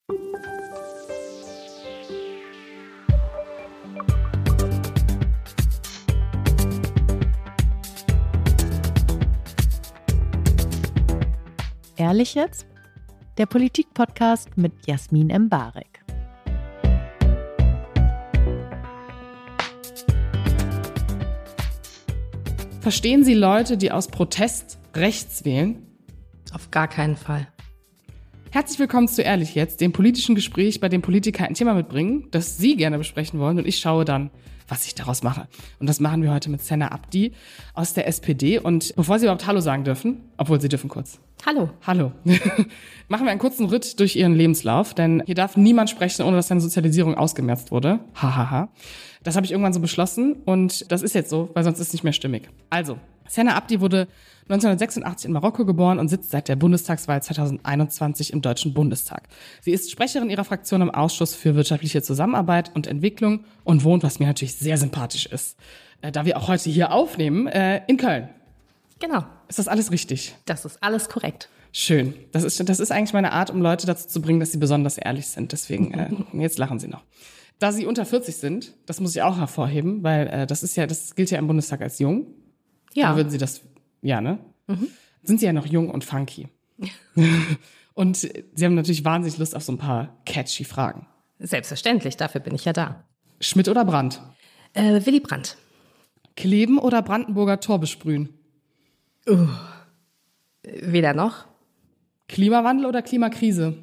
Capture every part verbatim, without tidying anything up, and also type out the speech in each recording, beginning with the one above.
Ehrlich jetzt? Der Politik-Podcast mit Jasmin Embarek. Verstehen Sie Leute, die aus Protest rechts wählen? Auf gar keinen Fall. Herzlich willkommen zu Ehrlich jetzt, dem politischen Gespräch, bei dem Politiker ein Thema mitbringen, das Sie gerne besprechen wollen, und ich schaue dann, was ich daraus mache. Und das machen wir heute mit Senna Abdi aus der S P D. Und bevor Sie überhaupt Hallo sagen dürfen, obwohl Sie dürfen kurz. Hallo. Hallo. Machen wir einen kurzen Ritt durch Ihren Lebenslauf, denn hier darf niemand sprechen, ohne dass seine Sozialisierung ausgemerzt wurde. Hahaha. Das habe ich irgendwann so beschlossen und das ist jetzt so, weil sonst ist es nicht mehr stimmig. Also, Senna Abdi wurde neunzehnhundertsechsundachtzig in Marokko geboren und sitzt seit der Bundestagswahl zweitausendeinundzwanzig im Deutschen Bundestag. Sie ist Sprecherin ihrer Fraktion im Ausschuss für wirtschaftliche Zusammenarbeit und Entwicklung und wohnt, was mir natürlich sehr sympathisch ist, äh, da wir auch heute hier aufnehmen, äh, in Köln. Genau. Ist das alles richtig? Das ist alles korrekt. Schön. Das ist, das ist eigentlich meine Art, um Leute dazu zu bringen, dass sie besonders ehrlich sind. Deswegen, äh, jetzt lachen Sie noch. Da Sie unter vierzig sind, das muss ich auch hervorheben, weil äh, das ist ja, das gilt ja im Bundestag als jung. Ja. Dann würden Sie das, ja, ne? Mhm. Sind Sie ja noch jung und funky. Und Sie haben natürlich wahnsinnig Lust auf so ein paar catchy Fragen. Selbstverständlich, dafür bin ich ja da. Schmidt oder Brandt? Äh, Willy Brandt. Kleben oder Brandenburger Tor besprühen? Uh, weder noch. Klimawandel oder Klimakrise?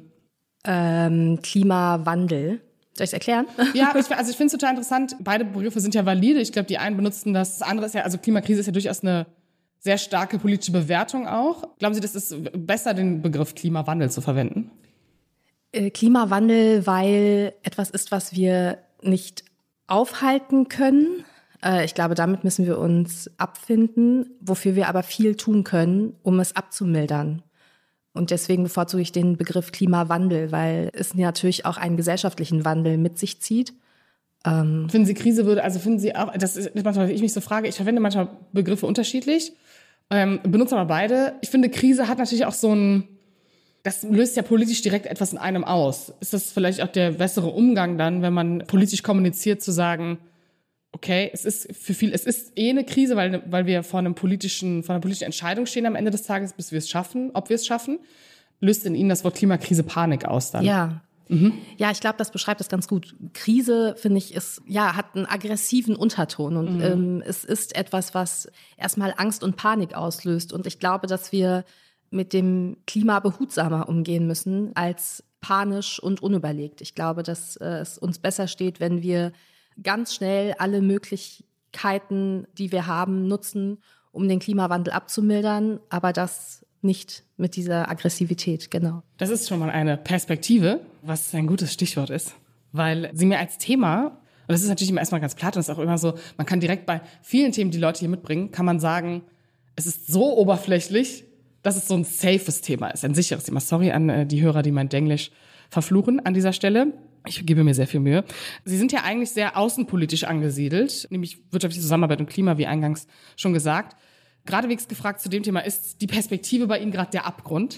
Ähm, Klimawandel. Soll ich es erklären? Ja, ich, also ich finde es total interessant. Beide Begriffe sind ja valide. Ich glaube, die einen benutzen das. Das andere ist ja, also Klimakrise ist ja durchaus eine sehr starke politische Bewertung auch. Glauben Sie, das ist besser, den Begriff Klimawandel zu verwenden? Äh, Klimawandel, weil etwas ist, was wir nicht aufhalten können. Äh, ich glaube, damit müssen wir uns abfinden, wofür wir aber viel tun können, um es abzumildern. Und deswegen bevorzuge ich den Begriff Klimawandel, weil es natürlich auch einen gesellschaftlichen Wandel mit sich zieht. Ähm finden Sie, Krise würde, also finden Sie auch, das ist manchmal, wenn ich mich so frage, ich verwende manchmal Begriffe unterschiedlich, ähm, benutze aber beide. Ich finde, Krise hat natürlich auch so ein, das löst ja politisch direkt etwas in einem aus. Ist das vielleicht auch der bessere Umgang dann, wenn man politisch kommuniziert, zu sagen, okay, es ist für viel, es ist eh eine Krise, weil, weil wir vor einem politischen, vor einer politischen Entscheidung stehen am Ende des Tages, bis wir es schaffen, ob wir es schaffen, löst in Ihnen das Wort Klimakrise Panik aus dann. Ja. Mhm. Ja, ich glaube, das beschreibt es ganz gut. Krise, finde ich, ist, ja, hat einen aggressiven Unterton und mhm. ähm, es ist etwas, was erstmal Angst und Panik auslöst. Und ich glaube, dass wir mit dem Klima behutsamer umgehen müssen als panisch und unüberlegt. Ich glaube, dass äh, es uns besser steht, wenn wir ganz schnell alle Möglichkeiten, die wir haben, nutzen, um den Klimawandel abzumildern, aber das nicht mit dieser Aggressivität, genau. Das ist schon mal eine Perspektive, was ein gutes Stichwort ist, weil Sie mir als Thema, und das ist natürlich immer erstmal ganz platt, und das ist auch immer so, man kann direkt bei vielen Themen, die Leute hier mitbringen, kann man sagen, es ist so oberflächlich, dass es so ein safes Thema ist, ein sicheres Thema. Sorry an äh, die Hörer, die mein Denglisch verfluchen an dieser Stelle. Ich gebe mir sehr viel Mühe. Sie sind ja eigentlich sehr außenpolitisch angesiedelt, nämlich wirtschaftliche Zusammenarbeit und Klima, wie eingangs schon gesagt. Geradewegs gefragt zu dem Thema, ist die Perspektive bei Ihnen gerade der Abgrund?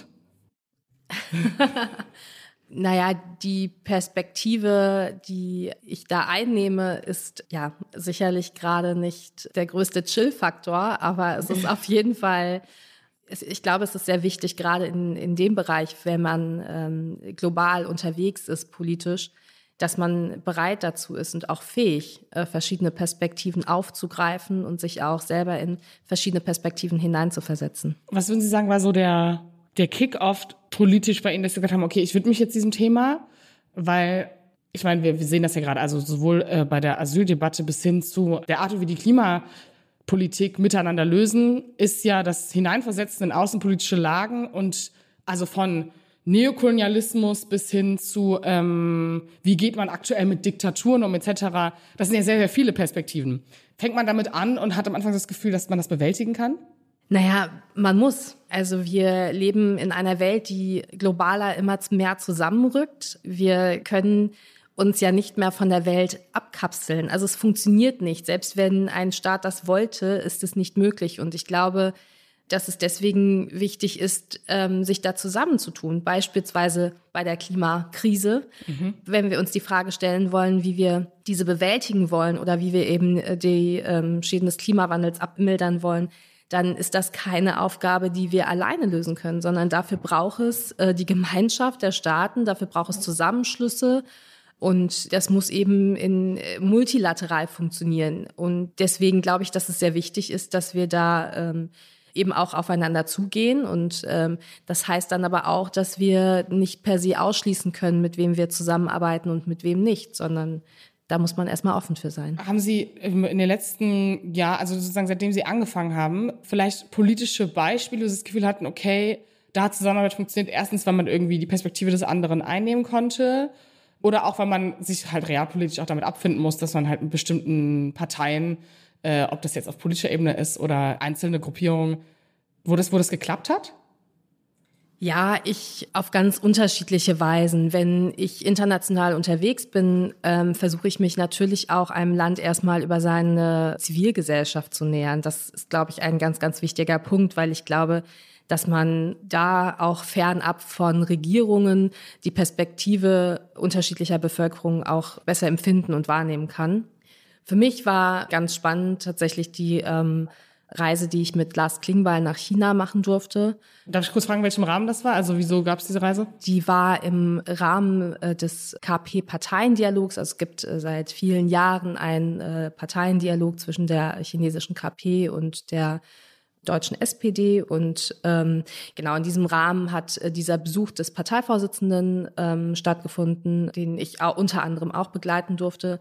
Naja, die Perspektive, die ich da einnehme, ist ja sicherlich gerade nicht der größte Chill-Faktor, aber es ist auf jeden Fall, ich glaube, es ist sehr wichtig, gerade in, in dem Bereich, wenn man ähm, global unterwegs ist, politisch, dass man bereit dazu ist und auch fähig, äh, verschiedene Perspektiven aufzugreifen und sich auch selber in verschiedene Perspektiven hineinzuversetzen. Was würden Sie sagen, war so der, der Kick-off politisch bei Ihnen, dass Sie gesagt haben, okay, ich widme mich jetzt diesem Thema, weil ich meine, wir, wir sehen das ja gerade, also sowohl äh, bei der Asyldebatte bis hin zu der Art, wie die Klimapolitik miteinander lösen, ist ja das Hineinversetzen in außenpolitische Lagen und also von Neokolonialismus bis hin zu, ähm, wie geht man aktuell mit Diktaturen um et cetera. Das sind ja sehr, sehr viele Perspektiven. Fängt man damit an und hat am Anfang das Gefühl, dass man das bewältigen kann? Naja, man muss. Also wir leben in einer Welt, die globaler immer mehr zusammenrückt. Wir können uns ja nicht mehr von der Welt abkapseln. Also es funktioniert nicht. Selbst wenn ein Staat das wollte, ist es nicht möglich. Und ich glaube, dass es deswegen wichtig ist, ähm, sich da zusammenzutun. Beispielsweise bei der Klimakrise, mhm. wenn wir uns die Frage stellen wollen, wie wir diese bewältigen wollen oder wie wir eben die ähm, Schäden des Klimawandels abmildern wollen, dann ist das keine Aufgabe, die wir alleine lösen können, sondern dafür braucht es äh, die Gemeinschaft der Staaten, dafür braucht es Zusammenschlüsse. Und das muss eben in multilateral funktionieren. Und deswegen glaube ich, dass es sehr wichtig ist, dass wir da ähm, eben auch aufeinander zugehen. Und ähm, das heißt dann aber auch, dass wir nicht per se ausschließen können, mit wem wir zusammenarbeiten und mit wem nicht, sondern da muss man erstmal offen für sein. Haben Sie in den letzten Jahren, also sozusagen seitdem Sie angefangen haben, vielleicht politische Beispiele, wo Sie das Gefühl hatten, okay, da hat Zusammenarbeit funktioniert, erstens, weil man irgendwie die Perspektive des anderen einnehmen konnte oder auch, weil man sich halt realpolitisch auch damit abfinden muss, dass man halt mit bestimmten Parteien, äh, ob das jetzt auf politischer Ebene ist oder einzelne Gruppierungen, wo das, wo das geklappt hat? Ja, ich auf ganz unterschiedliche Weisen. Wenn ich international unterwegs bin, ähm, versuche ich mich natürlich auch einem Land erstmal über seine Zivilgesellschaft zu nähern. Das ist, glaube ich, ein ganz, ganz wichtiger Punkt, weil ich glaube, dass man da auch fernab von Regierungen die Perspektive unterschiedlicher Bevölkerung auch besser empfinden und wahrnehmen kann. Für mich war ganz spannend tatsächlich die ähm, Reise, die ich mit Lars Klingbeil nach China machen durfte. Darf ich kurz fragen, welchem Rahmen das war? Also wieso gab es diese Reise? Die war im Rahmen äh, des K P-Parteiendialogs. Also es gibt äh, seit vielen Jahren einen äh, Parteiendialog zwischen der chinesischen K P und der deutschen S P D. Und ähm, genau in diesem Rahmen hat äh, dieser Besuch des Parteivorsitzenden ähm, stattgefunden, den ich auch, unter anderem auch begleiten durfte.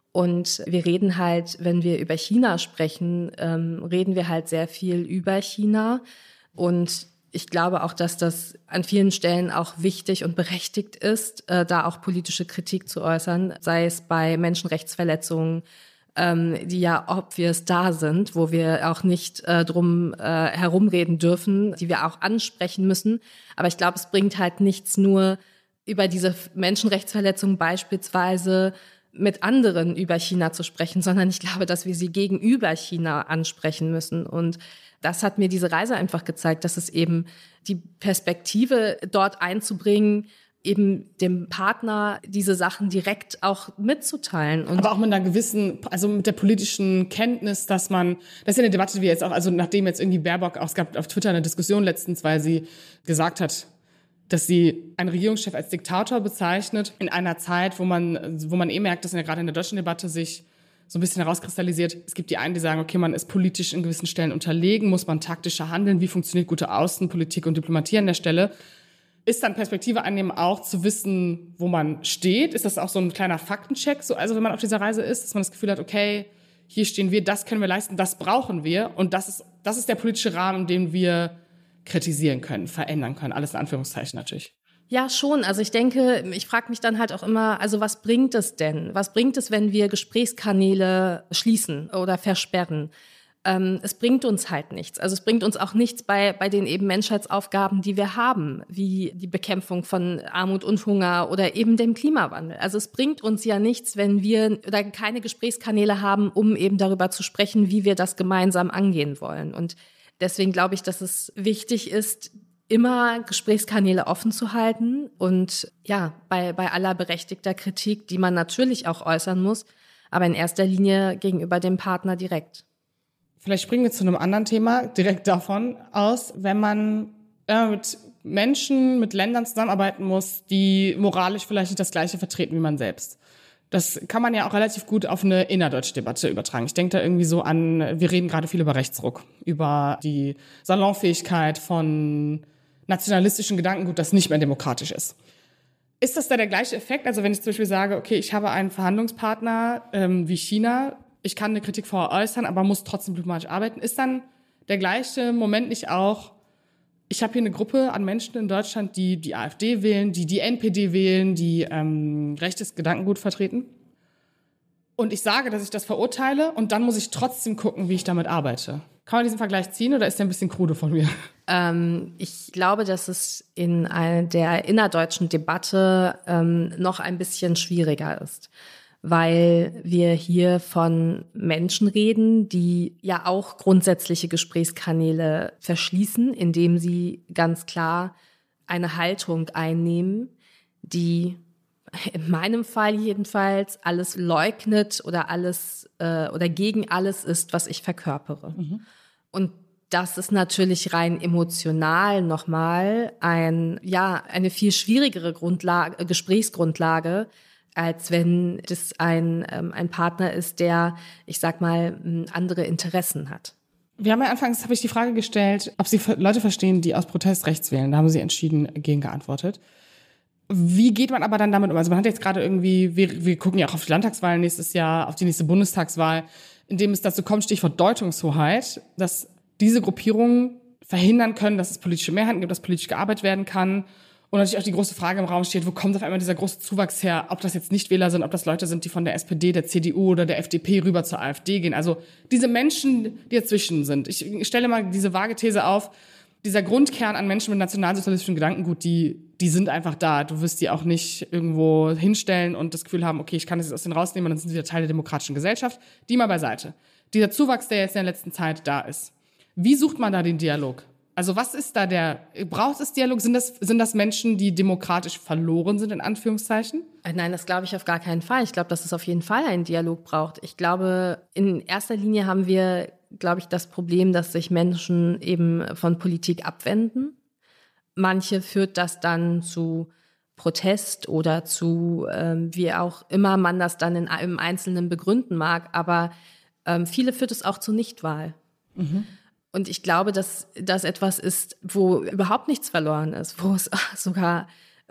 Und wir reden halt, wenn wir über China sprechen, ähm, reden wir halt sehr viel über China. Und ich glaube auch, dass das an vielen Stellen auch wichtig und berechtigt ist, äh, da auch politische Kritik zu äußern, sei es bei Menschenrechtsverletzungen, ähm, die ja obvious da sind, wo wir auch nicht äh, drum äh, herumreden dürfen, die wir auch ansprechen müssen. Aber ich glaube, es bringt halt nichts, nur über diese Menschenrechtsverletzungen beispielsweise mit anderen über China zu sprechen, sondern ich glaube, dass wir sie gegenüber China ansprechen müssen. Und das hat mir diese Reise einfach gezeigt, dass es eben die Perspektive dort einzubringen, eben dem Partner diese Sachen direkt auch mitzuteilen. Und aber auch mit einer gewissen, also mit der politischen Kenntnis, dass man, das ist ja eine Debatte, die wir jetzt auch, also nachdem jetzt irgendwie Baerbock, auch es gab auf Twitter eine Diskussion letztens, weil sie gesagt hat, dass sie einen Regierungschef als Diktator bezeichnet, in einer Zeit, wo man, wo man eh merkt, dass ja gerade in der deutschen Debatte sich so ein bisschen herauskristallisiert. Es gibt die einen, die sagen, okay, man ist politisch in gewissen Stellen unterlegen, muss man taktischer handeln, wie funktioniert gute Außenpolitik und Diplomatie an der Stelle? Ist dann Perspektive annehmen auch zu wissen, wo man steht? Ist das auch so ein kleiner Faktencheck? So, also wenn man auf dieser Reise ist, dass man das Gefühl hat, okay, hier stehen wir, das können wir leisten, das brauchen wir. Und das ist, das ist der politische Rahmen, den wir kritisieren können, verändern können. Alles in Anführungszeichen natürlich. Ja, schon. Also ich denke, ich frage mich dann halt auch immer, also was bringt es denn? Was bringt es, wenn wir Gesprächskanäle schließen oder versperren? Ähm, es bringt uns halt nichts. Also es bringt uns auch nichts bei, bei den eben Menschheitsaufgaben, die wir haben, wie die Bekämpfung von Armut und Hunger oder eben dem Klimawandel. Also es bringt uns ja nichts, wenn wir oder keine Gesprächskanäle haben, um eben darüber zu sprechen, wie wir das gemeinsam angehen wollen. Und deswegen glaube ich, dass es wichtig ist, immer Gesprächskanäle offen zu halten und ja, bei, bei aller berechtigter Kritik, die man natürlich auch äußern muss, aber in erster Linie gegenüber dem Partner direkt. Vielleicht springen wir zu einem anderen Thema direkt davon aus, wenn man äh, mit Menschen, mit Ländern zusammenarbeiten muss, die moralisch vielleicht nicht das Gleiche vertreten wie man selbst. Das kann man ja auch relativ gut auf eine innerdeutsche Debatte übertragen. Ich denke da irgendwie so an, wir reden gerade viel über Rechtsruck, über die Salonfähigkeit von nationalistischen Gedankengut, das nicht mehr demokratisch ist. Ist das da der gleiche Effekt? Also wenn ich zum Beispiel sage, okay, ich habe einen Verhandlungspartner ähm, wie China, ich kann eine Kritik vorher äußern, aber muss trotzdem diplomatisch arbeiten, ist dann der gleiche Moment nicht auch, ich habe hier eine Gruppe an Menschen in Deutschland, die die AfD wählen, die die N P D wählen, die ähm, rechtes Gedankengut vertreten. Und ich sage, dass ich das verurteile und dann muss ich trotzdem gucken, wie ich damit arbeite. Kann man diesen Vergleich ziehen oder ist der ein bisschen krude von mir? Ähm, ich glaube, dass es in einer der innerdeutschen Debatte ähm, noch ein bisschen schwieriger ist. weil wir hier von Menschen reden, die ja auch grundsätzliche Gesprächskanäle verschließen, indem sie ganz klar eine Haltung einnehmen, die in meinem Fall jedenfalls alles leugnet oder alles äh, oder gegen alles ist, was ich verkörpere. Mhm. Und das ist natürlich rein emotional nochmal ein, ja, eine viel schwierigere Grundlage, Gesprächsgrundlage, als wenn das ein, ähm, ein Partner ist, der, ich sag mal, andere Interessen hat. Wir haben ja anfangs, habe ich die Frage gestellt, ob Sie Leute verstehen, die aus Protest rechts wählen. Da haben Sie entschieden gegen geantwortet. Wie geht man aber dann damit um? Also man hat jetzt gerade irgendwie, wir, wir gucken ja auch auf die Landtagswahlen nächstes Jahr, auf die nächste Bundestagswahl, in dem es dazu kommt, Stichwort Deutungshoheit, dass diese Gruppierungen verhindern können, dass es politische Mehrheiten gibt, dass politisch gearbeitet werden kann. Und natürlich auch die große Frage im Raum steht, wo kommt auf einmal dieser große Zuwachs her, ob das jetzt Nichtwähler sind, ob das Leute sind, die von der S P D, der C D U oder der F D P rüber zur AfD gehen. Also diese Menschen, die dazwischen sind. Ich stelle mal diese vage These auf, dieser Grundkern an Menschen mit nationalsozialistischem Gedankengut, die, die sind einfach da. Du wirst die auch nicht irgendwo hinstellen und das Gefühl haben, okay, ich kann das jetzt aus denen rausnehmen und dann sind sie wieder Teil der demokratischen Gesellschaft. Die mal beiseite. Dieser Zuwachs, der jetzt in der letzten Zeit da ist. Wie sucht man da den Dialog? Also was ist da der, braucht es Dialog? Sind das, sind das Menschen, die demokratisch verloren sind, in Anführungszeichen? Nein, das glaube ich auf gar keinen Fall. Ich glaube, dass es auf jeden Fall einen Dialog braucht. Ich glaube, in erster Linie haben wir, glaube ich, das Problem, dass sich Menschen eben von Politik abwenden. Manche führt das dann zu Protest oder zu, ähm, wie auch immer man das dann in, im Einzelnen begründen mag. Aber ähm, viele führt es auch zur Nichtwahl. Mhm. Und ich glaube, dass das etwas ist, wo überhaupt nichts verloren ist, wo es sogar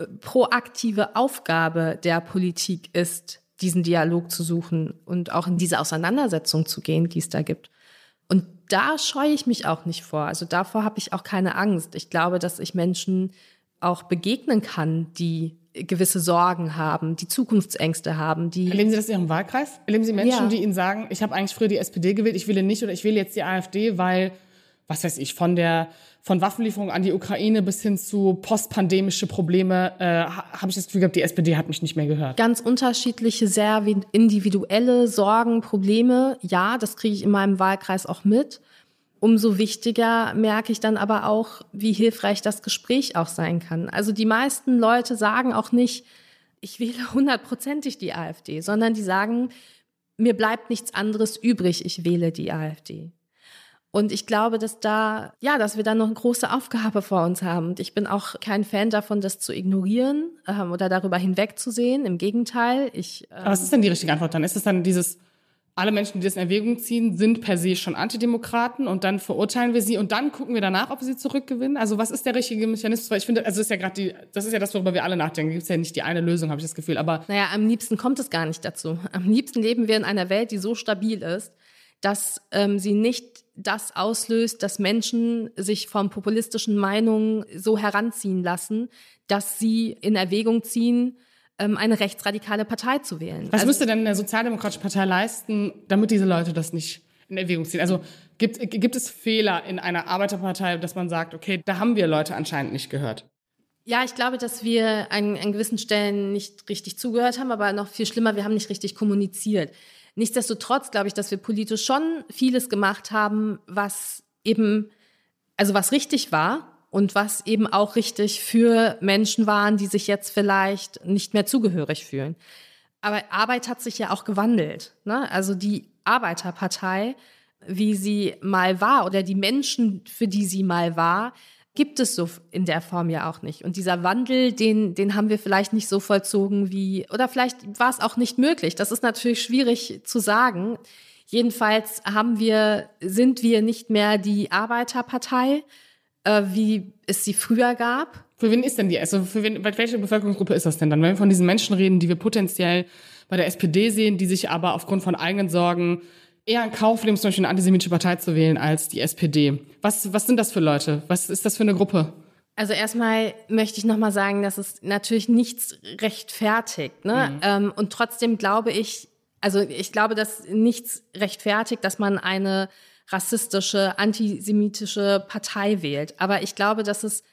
proaktive Aufgabe der Politik ist, diesen Dialog zu suchen und auch in diese Auseinandersetzung zu gehen, die es da gibt. Und da scheue ich mich auch nicht vor. Also davor habe ich auch keine Angst. Ich glaube, dass ich Menschen auch begegnen kann, die gewisse Sorgen haben, die Zukunftsängste haben. Die Erleben Sie das in Ihrem Wahlkreis? Erleben Sie Menschen, ja. die Ihnen sagen, ich habe eigentlich früher die S P D gewählt, ich wähle nicht oder ich wähle jetzt die AfD, weil, was weiß ich, von der von Waffenlieferungen an die Ukraine bis hin zu postpandemische Probleme, äh, habe ich das Gefühl gehabt, die S P D hat mich nicht mehr gehört. Ganz unterschiedliche, sehr individuelle Sorgen, Probleme. Ja, das kriege ich in meinem Wahlkreis auch mit. Umso wichtiger merke ich dann aber auch, wie hilfreich das Gespräch auch sein kann. Also die meisten Leute sagen auch nicht, ich wähle hundertprozentig die AfD, sondern die sagen, mir bleibt nichts anderes übrig, ich wähle die AfD. Und ich glaube, dass da, ja, dass wir da noch eine große Aufgabe vor uns haben. Und ich bin auch kein Fan davon, das zu ignorieren ähm, oder darüber hinwegzusehen. Im Gegenteil. Ich, ähm Aber was ist denn die richtige Antwort dann? Ist es dann dieses, alle Menschen, die das in Erwägung ziehen, sind per se schon Antidemokraten und dann verurteilen wir sie und dann gucken wir danach, ob wir sie zurückgewinnen? Also was ist der richtige Mechanismus? Weil ich finde, also das ist ja gerade die, das ist ja das, worüber wir alle nachdenken. Da gibt es ja nicht die eine Lösung, habe ich das Gefühl. Aber naja, am liebsten kommt es gar nicht dazu. Am liebsten leben wir in einer Welt, die so stabil ist, dass ähm, sie nicht das auslöst, dass Menschen sich von populistischen Meinungen so heranziehen lassen, dass sie in Erwägung ziehen, ähm, eine rechtsradikale Partei zu wählen. Was also, müsste denn eine sozialdemokratische Partei leisten, damit diese Leute das nicht in Erwägung ziehen? Also gibt, gibt es Fehler in einer Arbeiterpartei, dass man sagt, okay, da haben wir Leute anscheinend nicht gehört? Ja, ich glaube, dass wir an, an gewissen Stellen nicht richtig zugehört haben, aber noch viel schlimmer, wir haben nicht richtig kommuniziert. Nichtsdestotrotz glaube ich, dass wir politisch schon vieles gemacht haben, was eben, also was richtig war und was eben auch richtig für Menschen waren, die sich jetzt vielleicht nicht mehr zugehörig fühlen. Aber Arbeit hat sich ja auch gewandelt, ne? Also die Arbeiterpartei, wie sie mal war oder die Menschen, für die sie mal war, gibt es so in der Form ja auch nicht. Und dieser Wandel, den, den haben wir vielleicht nicht so vollzogen wie, oder vielleicht war es auch nicht möglich. Das ist natürlich schwierig zu sagen. Jedenfalls haben wir, sind wir nicht mehr die Arbeiterpartei, äh, wie es sie früher gab. Für wen ist denn die, also für wen, welche Bevölkerungsgruppe ist das denn dann? Wenn wir von diesen Menschen reden, die wir potenziell bei der S P D sehen, die sich aber aufgrund von eigenen Sorgen eher in Kauf nehmen, zum Beispiel eine antisemitische Partei zu wählen als die S P D. Was, was sind das für Leute? Was ist das für eine Gruppe? Also erstmal möchte ich nochmal sagen, dass es natürlich nichts rechtfertigt, ne? Mhm. Ähm, und trotzdem glaube ich, also ich glaube, dass nichts rechtfertigt, dass man eine rassistische, antisemitische Partei wählt. Aber ich glaube, dass es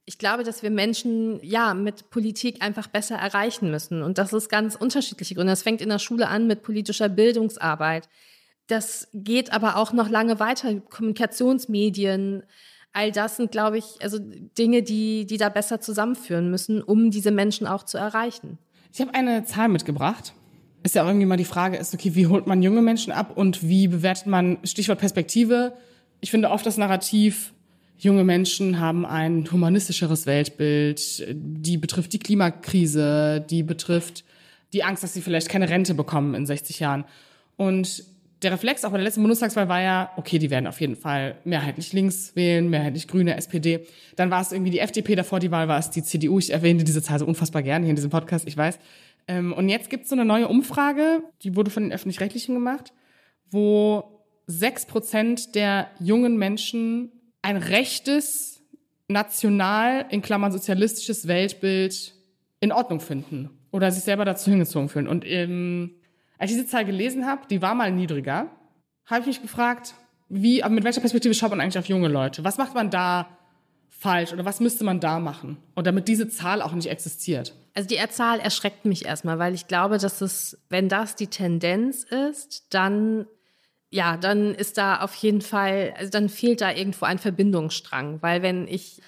Ich glaube, dass wir Menschen ja mit Politik einfach besser erreichen müssen. Und das ist ganz unterschiedliche Gründe. Das fängt in der Schule an mit politischer Bildungsarbeit. Das geht aber auch noch lange weiter. Kommunikationsmedien, all das sind, glaube ich, also Dinge, die, die da besser zusammenführen müssen, um diese Menschen auch zu erreichen. Ich habe eine Zahl mitgebracht. Ist ja auch irgendwie mal die Frage, ist okay, wie holt man junge Menschen ab und wie bewertet man, Stichwort Perspektive. Ich finde oft das Narrativ, junge Menschen haben ein humanistischeres Weltbild, die betrifft die Klimakrise, die betrifft die Angst, dass sie vielleicht keine Rente bekommen in sechzig Jahren. Und der Reflex auch bei der letzten Bundestagswahl war ja, okay, die werden auf jeden Fall mehrheitlich links wählen, mehrheitlich Grüne, S P D. Dann war es irgendwie die F D P, davor die Wahl war es die C D U. Ich erwähne diese Zahl so unfassbar gerne hier in diesem Podcast, ich weiß. Und jetzt gibt es so eine neue Umfrage, die wurde von den Öffentlich-Rechtlichen gemacht, wo sechs Prozent der jungen Menschen ein rechtes, national, in Klammern sozialistisches Weltbild in Ordnung finden oder sich selber dazu hingezogen fühlen. Und ähm, als ich diese Zahl gelesen habe, die war mal niedriger, habe ich mich gefragt, wie, aber mit welcher Perspektive schaut man eigentlich auf junge Leute? Was macht man da falsch oder was müsste man da machen? Und damit diese Zahl auch nicht existiert. Also die Zahl erschreckt mich erstmal, weil ich glaube, dass es, wenn das die Tendenz ist, dann ja, dann ist da auf jeden Fall, also dann fehlt da irgendwo ein Verbindungsstrang, weil wenn ich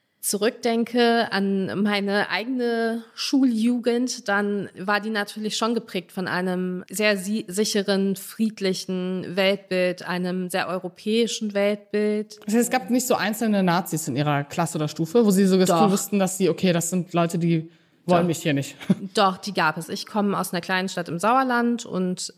zurückdenke an meine eigene Schuljugend, dann war die natürlich schon geprägt von einem sehr si- sicheren, friedlichen Weltbild, einem sehr europäischen Weltbild. Das heißt, es gab nicht so einzelne Nazis in ihrer Klasse oder Stufe, wo sie so das Gefühl wussten, dass sie, okay, das sind Leute, die wollen Doch. mich hier nicht. Doch, die gab es. Ich komme aus einer kleinen Stadt im Sauerland und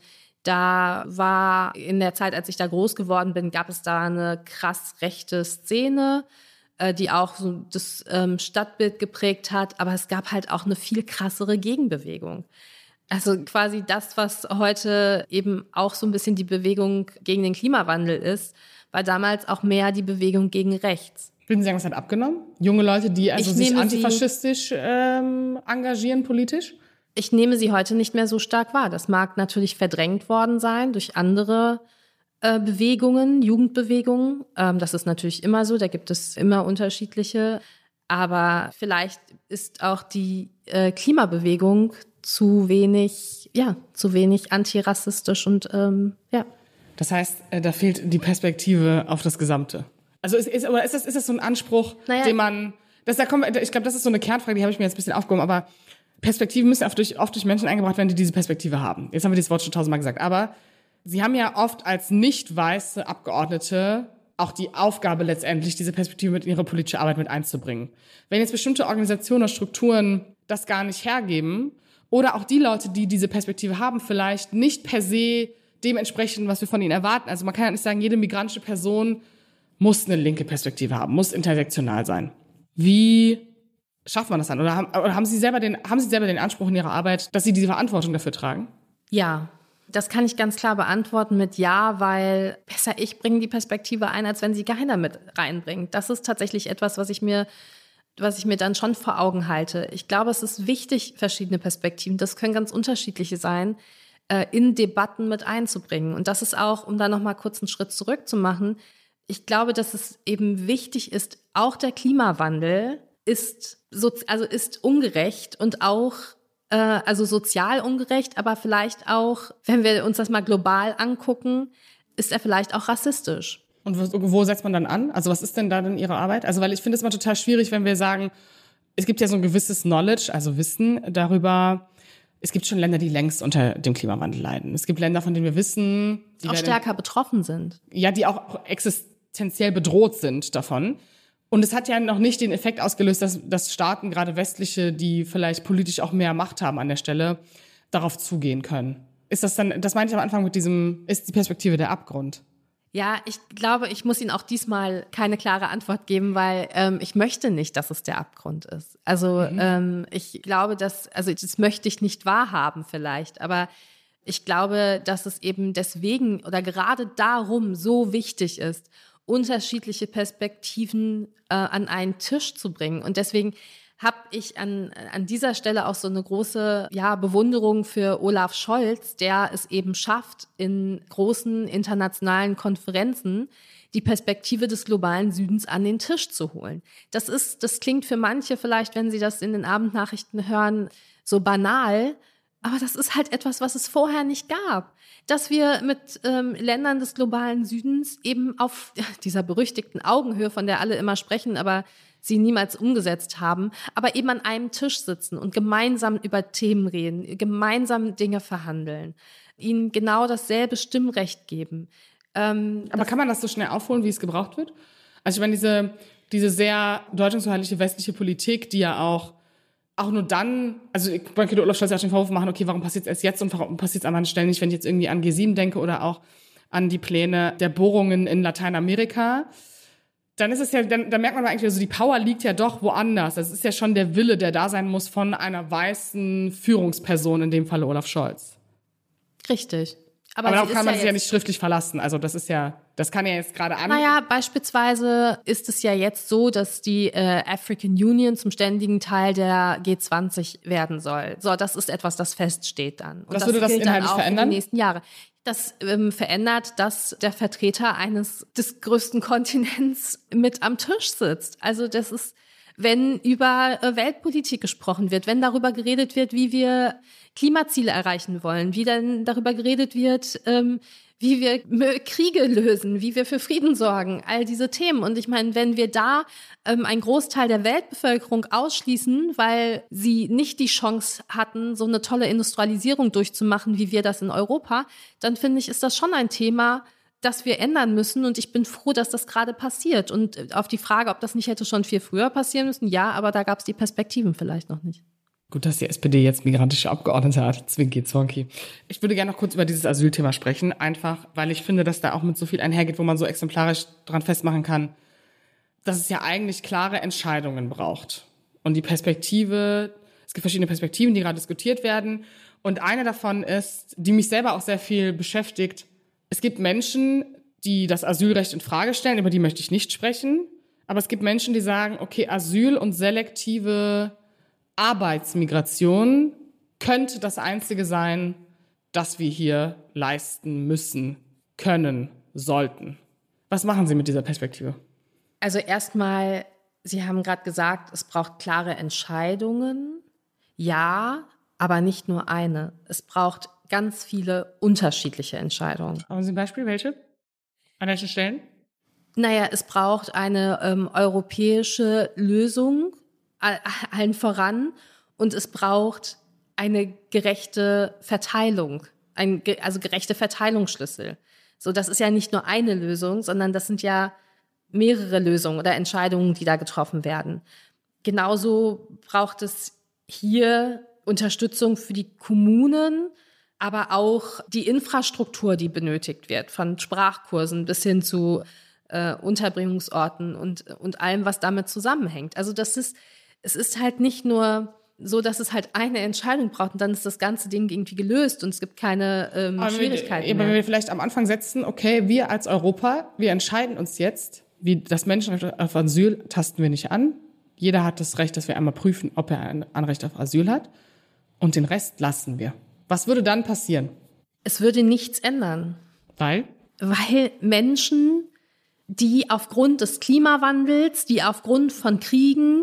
da war in der Zeit, als ich da groß geworden bin, gab es da eine krass rechte Szene, äh, die auch so das ähm, Stadtbild geprägt hat. Aber es gab halt auch eine viel krassere Gegenbewegung. Also quasi das, was heute eben auch so ein bisschen die Bewegung gegen den Klimawandel ist, war damals auch mehr die Bewegung gegen rechts. Würden Sie sagen, das hat abgenommen? Junge Leute, die also Ich sich nehme antifaschistisch ähm, engagieren politisch? Ich nehme sie heute nicht mehr so stark wahr. Das mag natürlich verdrängt worden sein durch andere äh, Bewegungen, Jugendbewegungen. Ähm, das ist natürlich immer so, da gibt es immer unterschiedliche. Aber vielleicht ist auch die äh, Klimabewegung zu wenig, ja, zu wenig antirassistisch und ähm, ja. Das heißt, äh, da fehlt die Perspektive auf das Gesamte. Also ist, ist, oder ist, das, ist das so ein Anspruch, naja. den man, das, da kommt, ich glaube, das ist so eine Kernfrage, die habe ich mir jetzt ein bisschen aufgehoben, aber Perspektiven müssen oft durch, oft durch Menschen eingebracht werden, die diese Perspektive haben. Jetzt haben wir dieses Wort schon tausendmal gesagt. Aber sie haben ja oft als nicht weiße Abgeordnete auch die Aufgabe letztendlich, diese Perspektive mit in ihre politische Arbeit mit einzubringen. Wenn jetzt bestimmte Organisationen oder Strukturen das gar nicht hergeben oder auch die Leute, die diese Perspektive haben, vielleicht nicht per se dementsprechend, was wir von ihnen erwarten. Also man kann ja nicht sagen, jede migrantische Person muss eine linke Perspektive haben, muss intersektional sein. Wie schafft man das dann? Oder haben, oder haben Sie selber den, haben Sie selber den Anspruch in Ihrer Arbeit, dass Sie diese Verantwortung dafür tragen? Ja, das kann ich ganz klar beantworten mit ja, weil besser ich bringe die Perspektive ein, als wenn sie keiner mit reinbringt. Das ist tatsächlich etwas, was ich mir, was ich mir dann schon vor Augen halte. Ich glaube, es ist wichtig, verschiedene Perspektiven, das können ganz unterschiedliche sein, in Debatten mit einzubringen. Und das ist auch, um da noch mal kurz einen Schritt zurück zu machen, ich glaube, dass es eben wichtig ist, auch der Klimawandel ist so, also ist ungerecht und auch äh, also sozial ungerecht, aber vielleicht auch, wenn wir uns das mal global angucken, ist er vielleicht auch rassistisch. Und wo, wo setzt man dann an? Also was ist denn da denn Ihre Arbeit? Also weil ich finde es mal total schwierig, wenn wir sagen, es gibt ja so ein gewisses Knowledge, also Wissen darüber. Es gibt schon Länder, die längst unter dem Klimawandel leiden. Es gibt Länder, von denen wir wissen, die auch stärker betroffen sind. Ja, die auch existenziell bedroht sind davon. Und es hat ja noch nicht den Effekt ausgelöst, dass, dass Staaten, gerade westliche, die vielleicht politisch auch mehr Macht haben an der Stelle, darauf zugehen können. Ist das dann, das meinte ich am Anfang mit diesem, ist die Perspektive der Abgrund? Ja, ich glaube, ich muss Ihnen auch diesmal keine klare Antwort geben, weil ähm, ich möchte nicht, dass es der Abgrund ist. Also mhm. ähm, ich glaube, dass, also das möchte ich nicht wahrhaben vielleicht, aber ich glaube, dass es eben deswegen oder gerade darum so wichtig ist, unterschiedliche Perspektiven äh, an einen Tisch zu bringen. Und deswegen habe ich an, an dieser Stelle auch so eine große ja, Bewunderung für Olaf Scholz, der es eben schafft, in großen internationalen Konferenzen die Perspektive des globalen Südens an den Tisch zu holen. Das ist, das klingt für manche vielleicht, wenn sie das in den Abendnachrichten hören, so banal, aber das ist halt etwas, was es vorher nicht gab. Dass wir mit ähm, Ländern des globalen Südens eben auf dieser berüchtigten Augenhöhe, von der alle immer sprechen, aber sie niemals umgesetzt haben, aber eben an einem Tisch sitzen und gemeinsam über Themen reden, gemeinsam Dinge verhandeln, ihnen genau dasselbe Stimmrecht geben. Ähm, Aber kann man das so schnell aufholen, wie es gebraucht wird? Also ich meine, diese, diese sehr deutungshoheitliche westliche Politik, die ja auch, auch nur dann, also man könnte Olaf Scholz ja auch den Vorwurf machen, okay, warum passiert es erst jetzt und warum passiert es an manchen Stellen nicht, wenn ich jetzt irgendwie an G sieben denke oder auch an die Pläne der Bohrungen in Lateinamerika, dann ist es ja, dann, dann merkt man eigentlich, also die Power liegt ja doch woanders. Das ist ja schon der Wille, der da sein muss von einer weißen Führungsperson, in dem Falle Olaf Scholz. Richtig. Aber, Aber darauf kann man ja sich ja nicht schriftlich verlassen. Also das ist ja, das kann ja jetzt gerade an. Naja, beispielsweise ist es ja jetzt so, dass die äh, African Union zum ständigen Teil der G zwanzig werden soll. So, das ist etwas, das feststeht dann. Und was würde das inhaltlich verändern? In den nächsten Jahre. Das ähm, verändert, dass der Vertreter eines des größten Kontinents mit am Tisch sitzt. Also das ist, wenn über äh, Weltpolitik gesprochen wird, wenn darüber geredet wird, wie wir Klimaziele erreichen wollen, wie dann darüber geredet wird, ähm, wie wir Kriege lösen, wie wir für Frieden sorgen, all diese Themen. Und ich meine, wenn wir da ähm, einen Großteil der Weltbevölkerung ausschließen, weil sie nicht die Chance hatten, so eine tolle Industrialisierung durchzumachen, wie wir das in Europa, dann finde ich, ist das schon ein Thema, das wir ändern müssen. Und ich bin froh, dass das gerade passiert. Und auf die Frage, ob das nicht hätte schon viel früher passieren müssen, ja, aber da gab es die Perspektiven vielleicht noch nicht. Gut, dass die S P D jetzt migrantische Abgeordnete hat, Zwinki Zwonki. Ich würde gerne noch kurz über dieses Asylthema sprechen, einfach weil ich finde, dass da auch mit so viel einhergeht, wo man so exemplarisch dran festmachen kann, dass es ja eigentlich klare Entscheidungen braucht. Und die Perspektive, es gibt verschiedene Perspektiven, die gerade diskutiert werden. Und eine davon ist, die mich selber auch sehr viel beschäftigt, es gibt Menschen, die das Asylrecht in Frage stellen, über die möchte ich nicht sprechen. Aber es gibt Menschen, die sagen, okay, Asyl und selektive Arbeitsmigration könnte das Einzige sein, das wir hier leisten müssen, können, sollten. Was machen Sie mit dieser Perspektive? Also erstmal, Sie haben gerade gesagt, es braucht klare Entscheidungen. Ja, aber nicht nur eine. Es braucht ganz viele unterschiedliche Entscheidungen. Haben Sie ein Beispiel? Welche? An welchen Stellen? Naja, es braucht eine ähm, europäische Lösung, allen voran, und es braucht eine gerechte Verteilung, ein, also gerechte Verteilungsschlüssel. So, das ist ja nicht nur eine Lösung, sondern das sind ja mehrere Lösungen oder Entscheidungen, die da getroffen werden. Genauso braucht es hier Unterstützung für die Kommunen, aber auch die Infrastruktur, die benötigt wird, von Sprachkursen bis hin zu äh, Unterbringungsorten und, und allem, was damit zusammenhängt. Also das ist Es ist halt nicht nur so, dass es halt eine Entscheidung braucht und dann ist das ganze Ding irgendwie gelöst und es gibt keine ähm, aber Schwierigkeiten wir, mehr. Wenn wir vielleicht am Anfang setzen, okay, wir als Europa, wir entscheiden uns jetzt, wie das Menschenrecht auf Asyl tasten wir nicht an. Jeder hat das Recht, dass wir einmal prüfen, ob er ein Anrecht auf Asyl hat. Und den Rest lassen wir. Was würde dann passieren? Es würde nichts ändern. Weil? Weil Menschen, die aufgrund des Klimawandels, die aufgrund von Kriegen,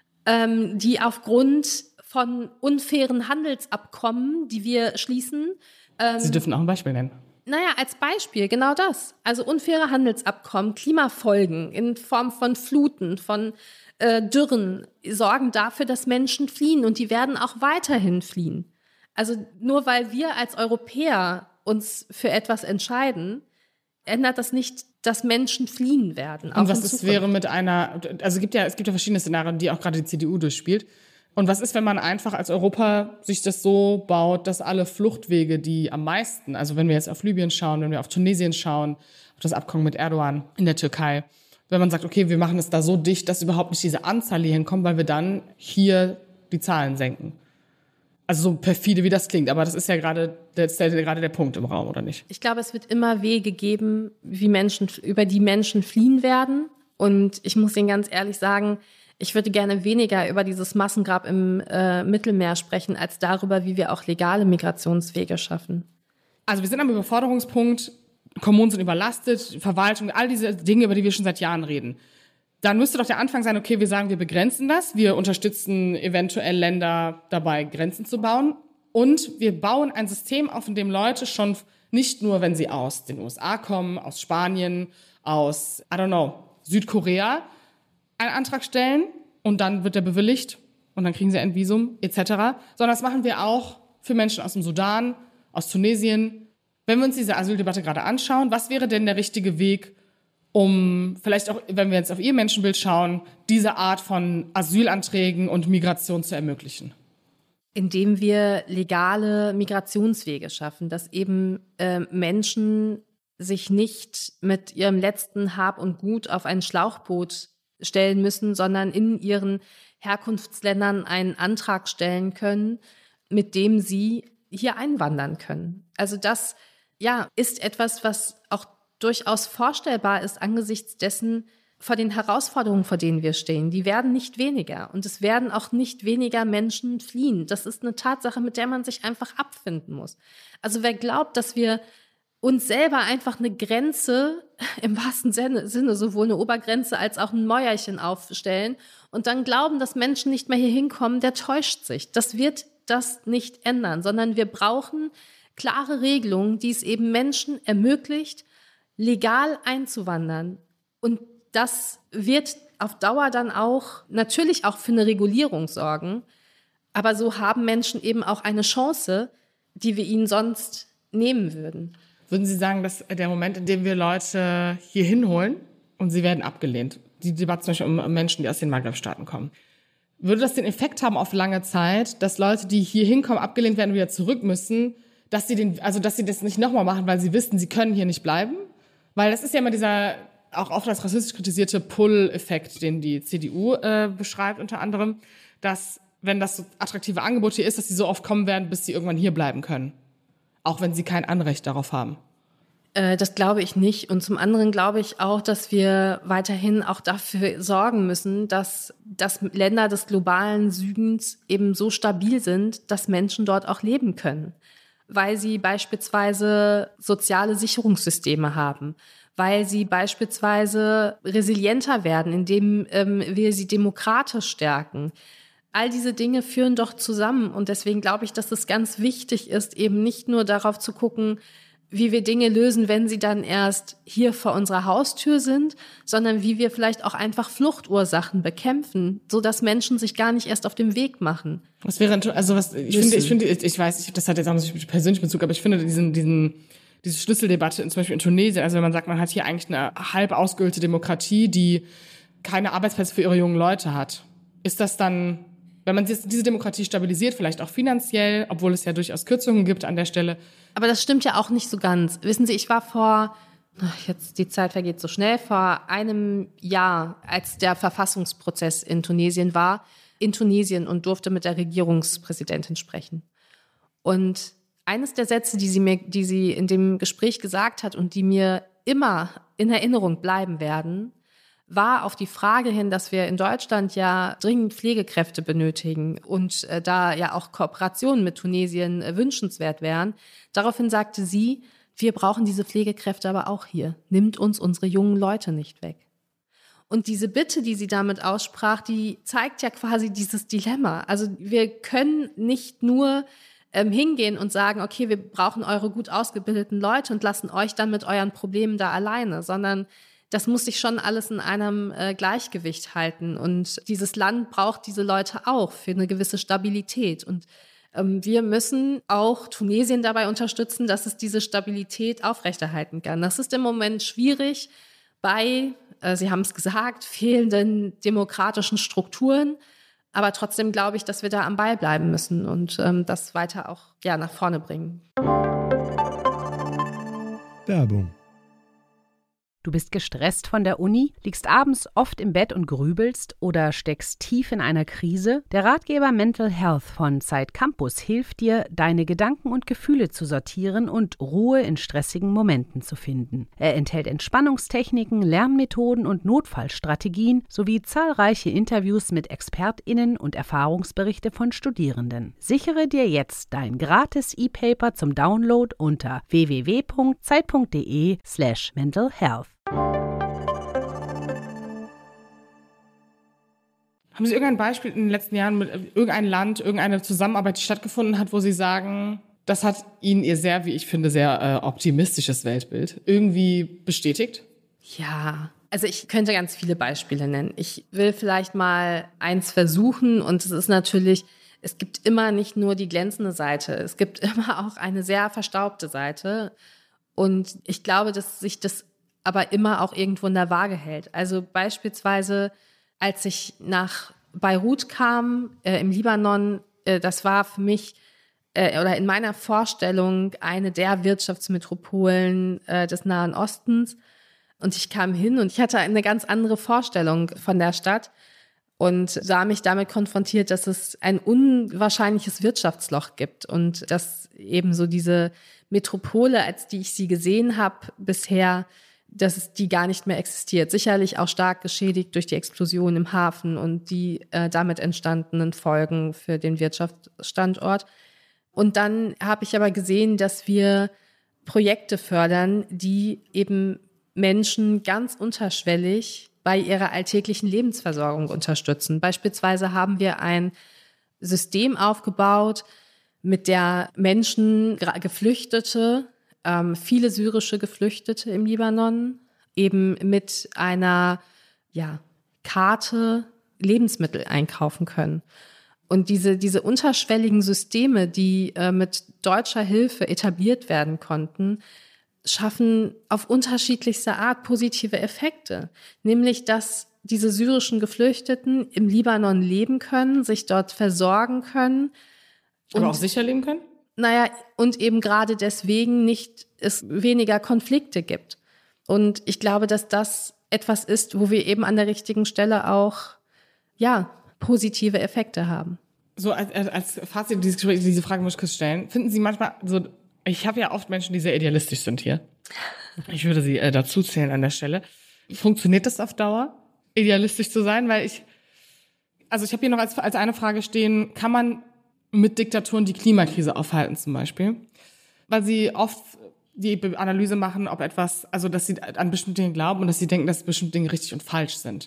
Ähm, die aufgrund von unfairen Handelsabkommen, die wir schließen. Ähm, Sie dürfen auch ein Beispiel nennen. Naja, als Beispiel, genau das. Also unfaire Handelsabkommen, Klimafolgen in Form von Fluten, von äh, Dürren sorgen dafür, dass Menschen fliehen und die werden auch weiterhin fliehen. Also nur weil wir als Europäer uns für etwas entscheiden, ändert das nicht, dass Menschen fliehen werden. Und was ist, wäre mit einer, also es gibt ja, es gibt ja verschiedene Szenarien, die auch gerade die C D U durchspielt. Und was ist, wenn man einfach als Europa sich das so baut, dass alle Fluchtwege, die am meisten, also wenn wir jetzt auf Libyen schauen, wenn wir auf Tunesien schauen, auf das Abkommen mit Erdogan in der Türkei, wenn man sagt, okay, wir machen es da so dicht, dass überhaupt nicht diese Anzahl hier hinkommt, weil wir dann hier die Zahlen senken. Also so perfide, wie das klingt, aber das ist ja gerade das ist ja gerade der Punkt im Raum, oder nicht? Ich glaube, es wird immer Wege geben, wie Menschen, über die Menschen fliehen werden. Und ich muss Ihnen ganz ehrlich sagen, ich würde gerne weniger über dieses Massengrab im äh, Mittelmeer sprechen, als darüber, wie wir auch legale Migrationswege schaffen. Also wir sind am Überforderungspunkt Kommunen sind überlastet, Verwaltung, all diese Dinge, über die wir schon seit Jahren reden. Dann müsste doch der Anfang sein, okay, wir sagen, wir begrenzen das, wir unterstützen eventuell Länder dabei, Grenzen zu bauen und wir bauen ein System auf, in dem Leute schon nicht nur, wenn sie aus den U S A kommen, aus Spanien, aus, I don't know, Südkorea, einen Antrag stellen und dann wird der bewilligt und dann kriegen sie ein Visum et cetera, sondern das machen wir auch für Menschen aus dem Sudan, aus Tunesien. Wenn wir uns diese Asyldebatte gerade anschauen, was wäre denn der richtige Weg, um vielleicht auch, wenn wir jetzt auf Ihr Menschenbild schauen, diese Art von Asylanträgen und Migration zu ermöglichen? Indem wir legale Migrationswege schaffen, dass eben äh, Menschen sich nicht mit ihrem letzten Hab und Gut auf ein Schlauchboot stellen müssen, sondern in ihren Herkunftsländern einen Antrag stellen können, mit dem sie hier einwandern können. Also das, ja, ist etwas, was auch durchaus vorstellbar ist angesichts dessen, vor den Herausforderungen, vor denen wir stehen. Die werden nicht weniger und es werden auch nicht weniger Menschen fliehen. Das ist eine Tatsache, mit der man sich einfach abfinden muss. Also wer glaubt, dass wir uns selber einfach eine Grenze, im wahrsten Sinne, sowohl eine Obergrenze als auch ein Mäuerchen aufstellen und dann glauben, dass Menschen nicht mehr hier hinkommen, der täuscht sich. Das wird das nicht ändern, sondern wir brauchen klare Regelungen, die es eben Menschen ermöglicht, legal einzuwandern. Und das wird auf Dauer dann auch natürlich auch für eine Regulierung sorgen. Aber so haben Menschen eben auch eine Chance, die wir ihnen sonst nehmen würden. Würden Sie sagen, dass der Moment, in dem wir Leute hier hinholen und sie werden abgelehnt, die Debatte zum Beispiel um Menschen, die aus den Maghreb-Staaten kommen, würde das den Effekt haben auf lange Zeit, dass Leute, die hier hinkommen, abgelehnt werden und wieder zurück müssen, dass sie den, also dass sie das nicht nochmal machen, weil sie wissen, sie können hier nicht bleiben? Weil das ist ja immer dieser auch oft als rassistisch kritisierte Pull-Effekt, den die C D U äh, beschreibt unter anderem, dass, wenn das so attraktive Angebot hier ist, dass sie so oft kommen werden, bis sie irgendwann hier bleiben können. Auch wenn sie kein Anrecht darauf haben. Äh, das glaube ich nicht. Und zum anderen glaube ich auch, dass wir weiterhin auch dafür sorgen müssen, dass, dass Länder des globalen Südens eben so stabil sind, dass Menschen dort auch leben können. Weil sie beispielsweise soziale Sicherungssysteme haben, weil sie beispielsweise resilienter werden, indem ähm, wir sie demokratisch stärken. All diese Dinge führen doch zusammen und deswegen glaube ich, dass es ganz wichtig ist, eben nicht nur darauf zu gucken, wie wir Dinge lösen, wenn sie dann erst hier vor unserer Haustür sind, sondern wie wir vielleicht auch einfach Fluchtursachen bekämpfen, sodass Menschen sich gar nicht erst auf den Weg machen. Was wäre, also was, ich finde, ich finde, ich weiß, ich, das hat jetzt auch nicht persönlich Bezug, aber ich finde diesen, diesen, diese Schlüsseldebatte, zum Beispiel in Tunesien, also wenn man sagt, man hat hier eigentlich eine halb ausgehöhlte Demokratie, die keine Arbeitsplätze für ihre jungen Leute hat. Ist das dann, wenn man diese Demokratie stabilisiert, vielleicht auch finanziell, obwohl es ja durchaus Kürzungen gibt an der Stelle? Aber das stimmt ja auch nicht so ganz. Wissen Sie, ich war vor, ach, jetzt die Zeit vergeht so schnell, vor einem Jahr, als der Verfassungsprozess in Tunesien war, in Tunesien und durfte mit der Regierungspräsidentin sprechen. Und eines der Sätze, die sie mir, die sie in dem Gespräch gesagt hat und die mir immer in Erinnerung bleiben werden, war auf die Frage hin, dass wir in Deutschland ja dringend Pflegekräfte benötigen und äh, da ja auch Kooperationen mit Tunesien äh, wünschenswert wären. Daraufhin sagte sie, wir brauchen diese Pflegekräfte aber auch hier. Nimmt uns unsere jungen Leute nicht weg. Und diese Bitte, die sie damit aussprach, die zeigt ja quasi dieses Dilemma. Also wir können nicht nur ähm, hingehen und sagen, okay, wir brauchen eure gut ausgebildeten Leute und lassen euch dann mit euren Problemen da alleine, sondern das muss sich schon alles in einem äh, Gleichgewicht halten. Und dieses Land braucht diese Leute auch für eine gewisse Stabilität. Und ähm, wir müssen auch Tunesien dabei unterstützen, dass es diese Stabilität aufrechterhalten kann. Das ist im Moment schwierig bei, äh, Sie haben es gesagt, fehlenden demokratischen Strukturen. Aber trotzdem glaube ich, dass wir da am Ball bleiben müssen und ähm, das weiter auch ja, nach vorne bringen. Werbung. Du bist gestresst von der Uni, liegst abends oft im Bett und grübelst oder steckst tief in einer Krise? Der Ratgeber Mental Health von Zeit Campus hilft dir, deine Gedanken und Gefühle zu sortieren und Ruhe in stressigen Momenten zu finden. Er enthält Entspannungstechniken, Lernmethoden und Notfallstrategien sowie zahlreiche Interviews mit ExpertInnen und Erfahrungsberichte von Studierenden. Sichere dir jetzt dein gratis E-Paper zum Download unter w w w punkt zeit punkt d e slash mental health. Haben Sie irgendein Beispiel in den letzten Jahren mit irgendeinem Land, irgendeine Zusammenarbeit, die stattgefunden hat, wo Sie sagen, das hat Ihnen Ihr sehr, wie ich finde, sehr äh, optimistisches Weltbild irgendwie bestätigt? Ja, also ich könnte ganz viele Beispiele nennen. Ich will vielleicht mal eins versuchen und es ist natürlich, es gibt immer nicht nur die glänzende Seite, es gibt immer auch eine sehr verstaubte Seite und ich glaube, dass sich das aber immer auch irgendwo in der Waage hält. Also beispielsweise, als ich nach Beirut kam, äh, im Libanon, äh, das war für mich äh, oder in meiner Vorstellung eine der Wirtschaftsmetropolen äh, des Nahen Ostens. Und ich kam hin und ich hatte eine ganz andere Vorstellung von der Stadt und sah mich damit konfrontiert, dass es ein unwahrscheinliches Wirtschaftsloch gibt und dass eben so diese Metropole, als die ich sie gesehen habe bisher, dass es die gar nicht mehr existiert. Sicherlich auch stark geschädigt durch die Explosion im Hafen und die äh, damit entstandenen Folgen für den Wirtschaftsstandort. Und dann habe ich aber gesehen, dass wir Projekte fördern, die eben Menschen ganz unterschwellig bei ihrer alltäglichen Lebensversorgung unterstützen. Beispielsweise haben wir ein System aufgebaut, mit der Menschen, Geflüchtete, Ähm, viele syrische Geflüchtete im Libanon eben mit einer ja, Karte Lebensmittel einkaufen können. Und diese, diese unterschwelligen Systeme, die äh, mit deutscher Hilfe etabliert werden konnten, schaffen auf unterschiedlichste Art positive Effekte. Nämlich, dass diese syrischen Geflüchteten im Libanon leben können, sich dort versorgen können. Aber auch sicher leben können? Naja, und eben gerade deswegen nicht es weniger Konflikte gibt. Und ich glaube, dass das etwas ist, wo wir eben an der richtigen Stelle auch, ja, positive Effekte haben. So als, als Fazit dieses Gesprächs, diese Frage muss ich kurz stellen. Finden Sie manchmal so, ich habe ja oft Menschen, die sehr idealistisch sind hier. Ich würde sie äh, dazu zählen an der Stelle. Funktioniert das auf Dauer, idealistisch zu sein? Weil ich, also ich habe hier noch als, als eine Frage stehen, kann man mit Diktaturen die Klimakrise aufhalten zum Beispiel? Weil sie oft die Analyse machen, ob etwas, also dass sie an bestimmte Dinge glauben und dass sie denken, dass bestimmte Dinge richtig und falsch sind.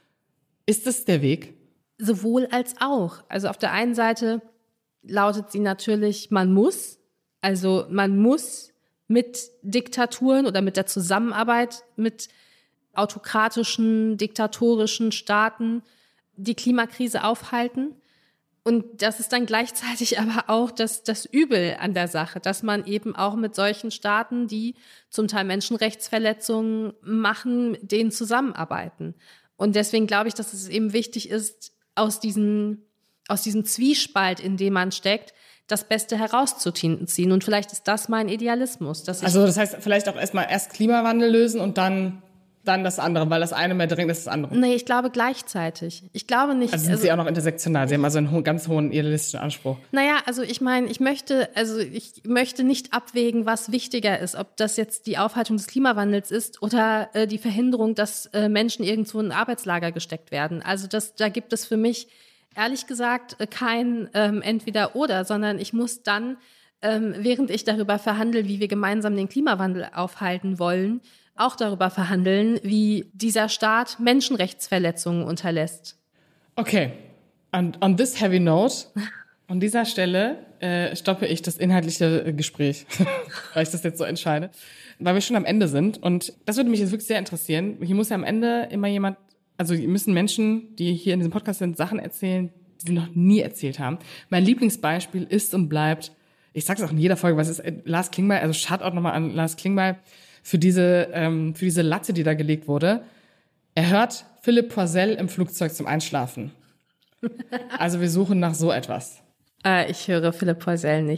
Ist das der Weg? Sowohl als auch. Also auf der einen Seite lautet sie natürlich, man muss, also man muss mit Diktaturen oder mit der Zusammenarbeit mit autokratischen, diktatorischen Staaten die Klimakrise aufhalten. Und das ist dann gleichzeitig aber auch das, das Übel an der Sache, dass man eben auch mit solchen Staaten, die zum Teil Menschenrechtsverletzungen machen, mit denen zusammenarbeiten. Und deswegen glaube ich, dass es eben wichtig ist, aus diesem, aus diesem Zwiespalt, in dem man steckt, das Beste herauszuziehen. Und vielleicht ist das mein Idealismus. Dass ich also das heißt, vielleicht auch erstmal erst Klimawandel lösen und dann... dann das andere, weil das eine mehr dringend ist als das andere. Nee, ich glaube gleichzeitig. Ich glaube nicht. Also sind also, Sie auch noch intersektional. Sie haben also einen ho- ganz hohen idealistischen Anspruch. Naja, also ich meine, ich möchte, also ich möchte nicht abwägen, was wichtiger ist, ob das jetzt die Aufhaltung des Klimawandels ist oder äh, die Verhinderung, dass äh, Menschen irgendwo in ein Arbeitslager gesteckt werden. Also das, da gibt es für mich ehrlich gesagt äh, kein ähm, Entweder-Oder, sondern ich muss dann, ähm, während ich darüber verhandle, wie wir gemeinsam den Klimawandel aufhalten wollen, auch darüber verhandeln, wie dieser Staat Menschenrechtsverletzungen unterlässt. Okay, on, on this heavy note, an dieser Stelle äh, stoppe ich das inhaltliche Gespräch, weil ich das jetzt so entscheide, weil wir schon am Ende sind. Und das würde mich jetzt wirklich sehr interessieren. Hier muss ja am Ende immer jemand, also hier müssen Menschen, die hier in diesem Podcast sind, Sachen erzählen, die sie noch nie erzählt haben. Mein Lieblingsbeispiel ist und bleibt, ich sage es auch in jeder Folge, was ist Lars Klingbeil, also Shoutout nochmal an Lars Klingbeil, für diese, ähm, für diese Latte, die da gelegt wurde. Er hört Philipp Poisel im Flugzeug zum Einschlafen. Also wir suchen nach so etwas. Äh, ich höre Philipp Poisel nicht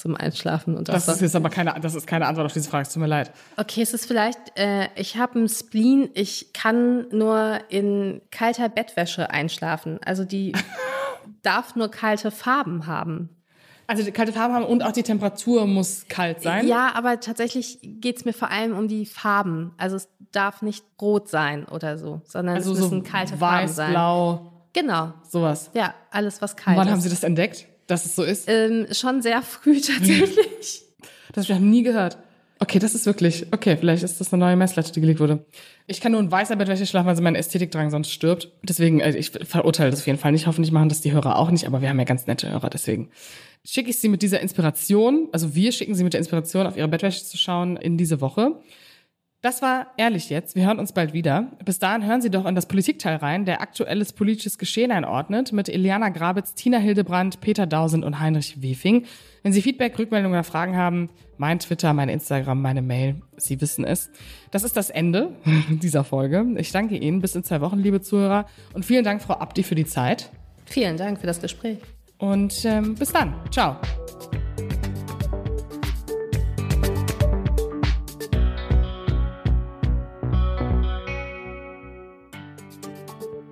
zum Einschlafen. Und das, ist jetzt aber keine, das ist keine Antwort auf diese Frage, es tut mir leid. Okay, es ist vielleicht, äh, ich habe einen Spleen, ich kann nur in kalter Bettwäsche einschlafen. Also die darf nur kalte Farben haben. Also die kalte Farben haben und auch die Temperatur muss kalt sein? Ja, aber tatsächlich geht's mir vor allem um die Farben. Also es darf nicht rot sein oder so, sondern also es müssen so kalte weiß, Farben sein. Blau. Genau. Sowas. Ja, alles, was kalt Und wann ist. haben Sie das entdeckt, dass es so ist? Ähm, schon sehr früh tatsächlich. Das habe ich noch nie gehört. Okay, das ist wirklich, okay, vielleicht ist das eine neue Messlatte, die gelegt wurde. Ich kann nur in weißer Bettwäsche schlafen, weil mein Ästhetikdrang sonst stirbt. Deswegen, also ich verurteile das auf jeden Fall nicht. Hoffentlich machen das die Hörer auch nicht, aber wir haben ja ganz nette Hörer, deswegen schicke ich Sie mit dieser Inspiration, also wir schicken Sie mit der Inspiration, auf Ihre Bettwäsche zu schauen in diese Woche. Das war Ehrlich jetzt. Wir hören uns bald wieder. Bis dahin hören Sie doch in das Politikteil rein, der aktuelles politisches Geschehen einordnet, mit Iliana Grabitz, Tina Hildebrandt, Peter Dausend und Heinrich Wefing. Wenn Sie Feedback, Rückmeldungen oder Fragen haben, mein Twitter, mein Instagram, meine Mail, Sie wissen es. Das ist das Ende dieser Folge. Ich danke Ihnen. Bis in zwei Wochen, liebe Zuhörer. Und vielen Dank, Frau Abdi, für die Zeit. Vielen Dank für das Gespräch. Und ähm, bis dann. Ciao.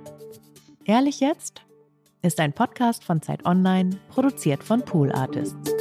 Ehrlich jetzt ist ein Podcast von Zeit Online, produziert von Pool Artists.